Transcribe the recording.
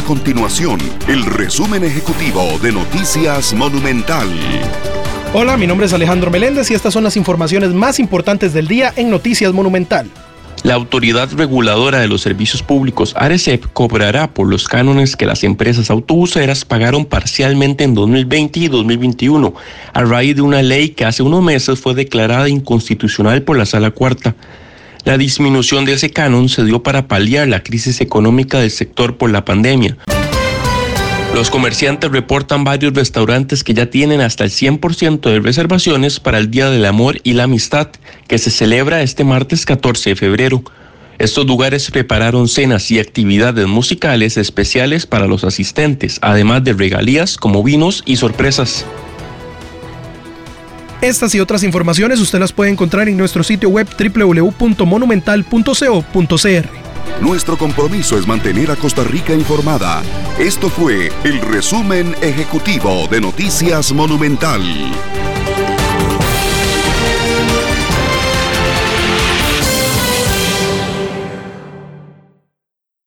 continuación el resumen ejecutivo de Noticias Monumental. Hola, mi nombre es Alejandro Meléndez y estas son las informaciones más importantes del día en Noticias Monumental. La Autoridad Reguladora de los Servicios Públicos, ARECEP, cobrará por los cánones que las empresas autobuseras pagaron parcialmente en 2020 y 2021, a raíz de una ley que hace unos meses fue declarada inconstitucional por la Sala Cuarta. La disminución de ese canon se dio para paliar la crisis económica del sector por la pandemia. Los comerciantes reportan varios restaurantes que ya tienen hasta el 100% de reservaciones para el Día del Amor y la Amistad, que se celebra este martes 14 de febrero. Estos lugares prepararon cenas y actividades musicales especiales para los asistentes, además de regalías como vinos y sorpresas. Estas y otras informaciones usted las puede encontrar en nuestro sitio web www.monumental.co.cr. Nuestro compromiso es mantener a Costa Rica informada. Esto fue el resumen ejecutivo de Noticias Monumental.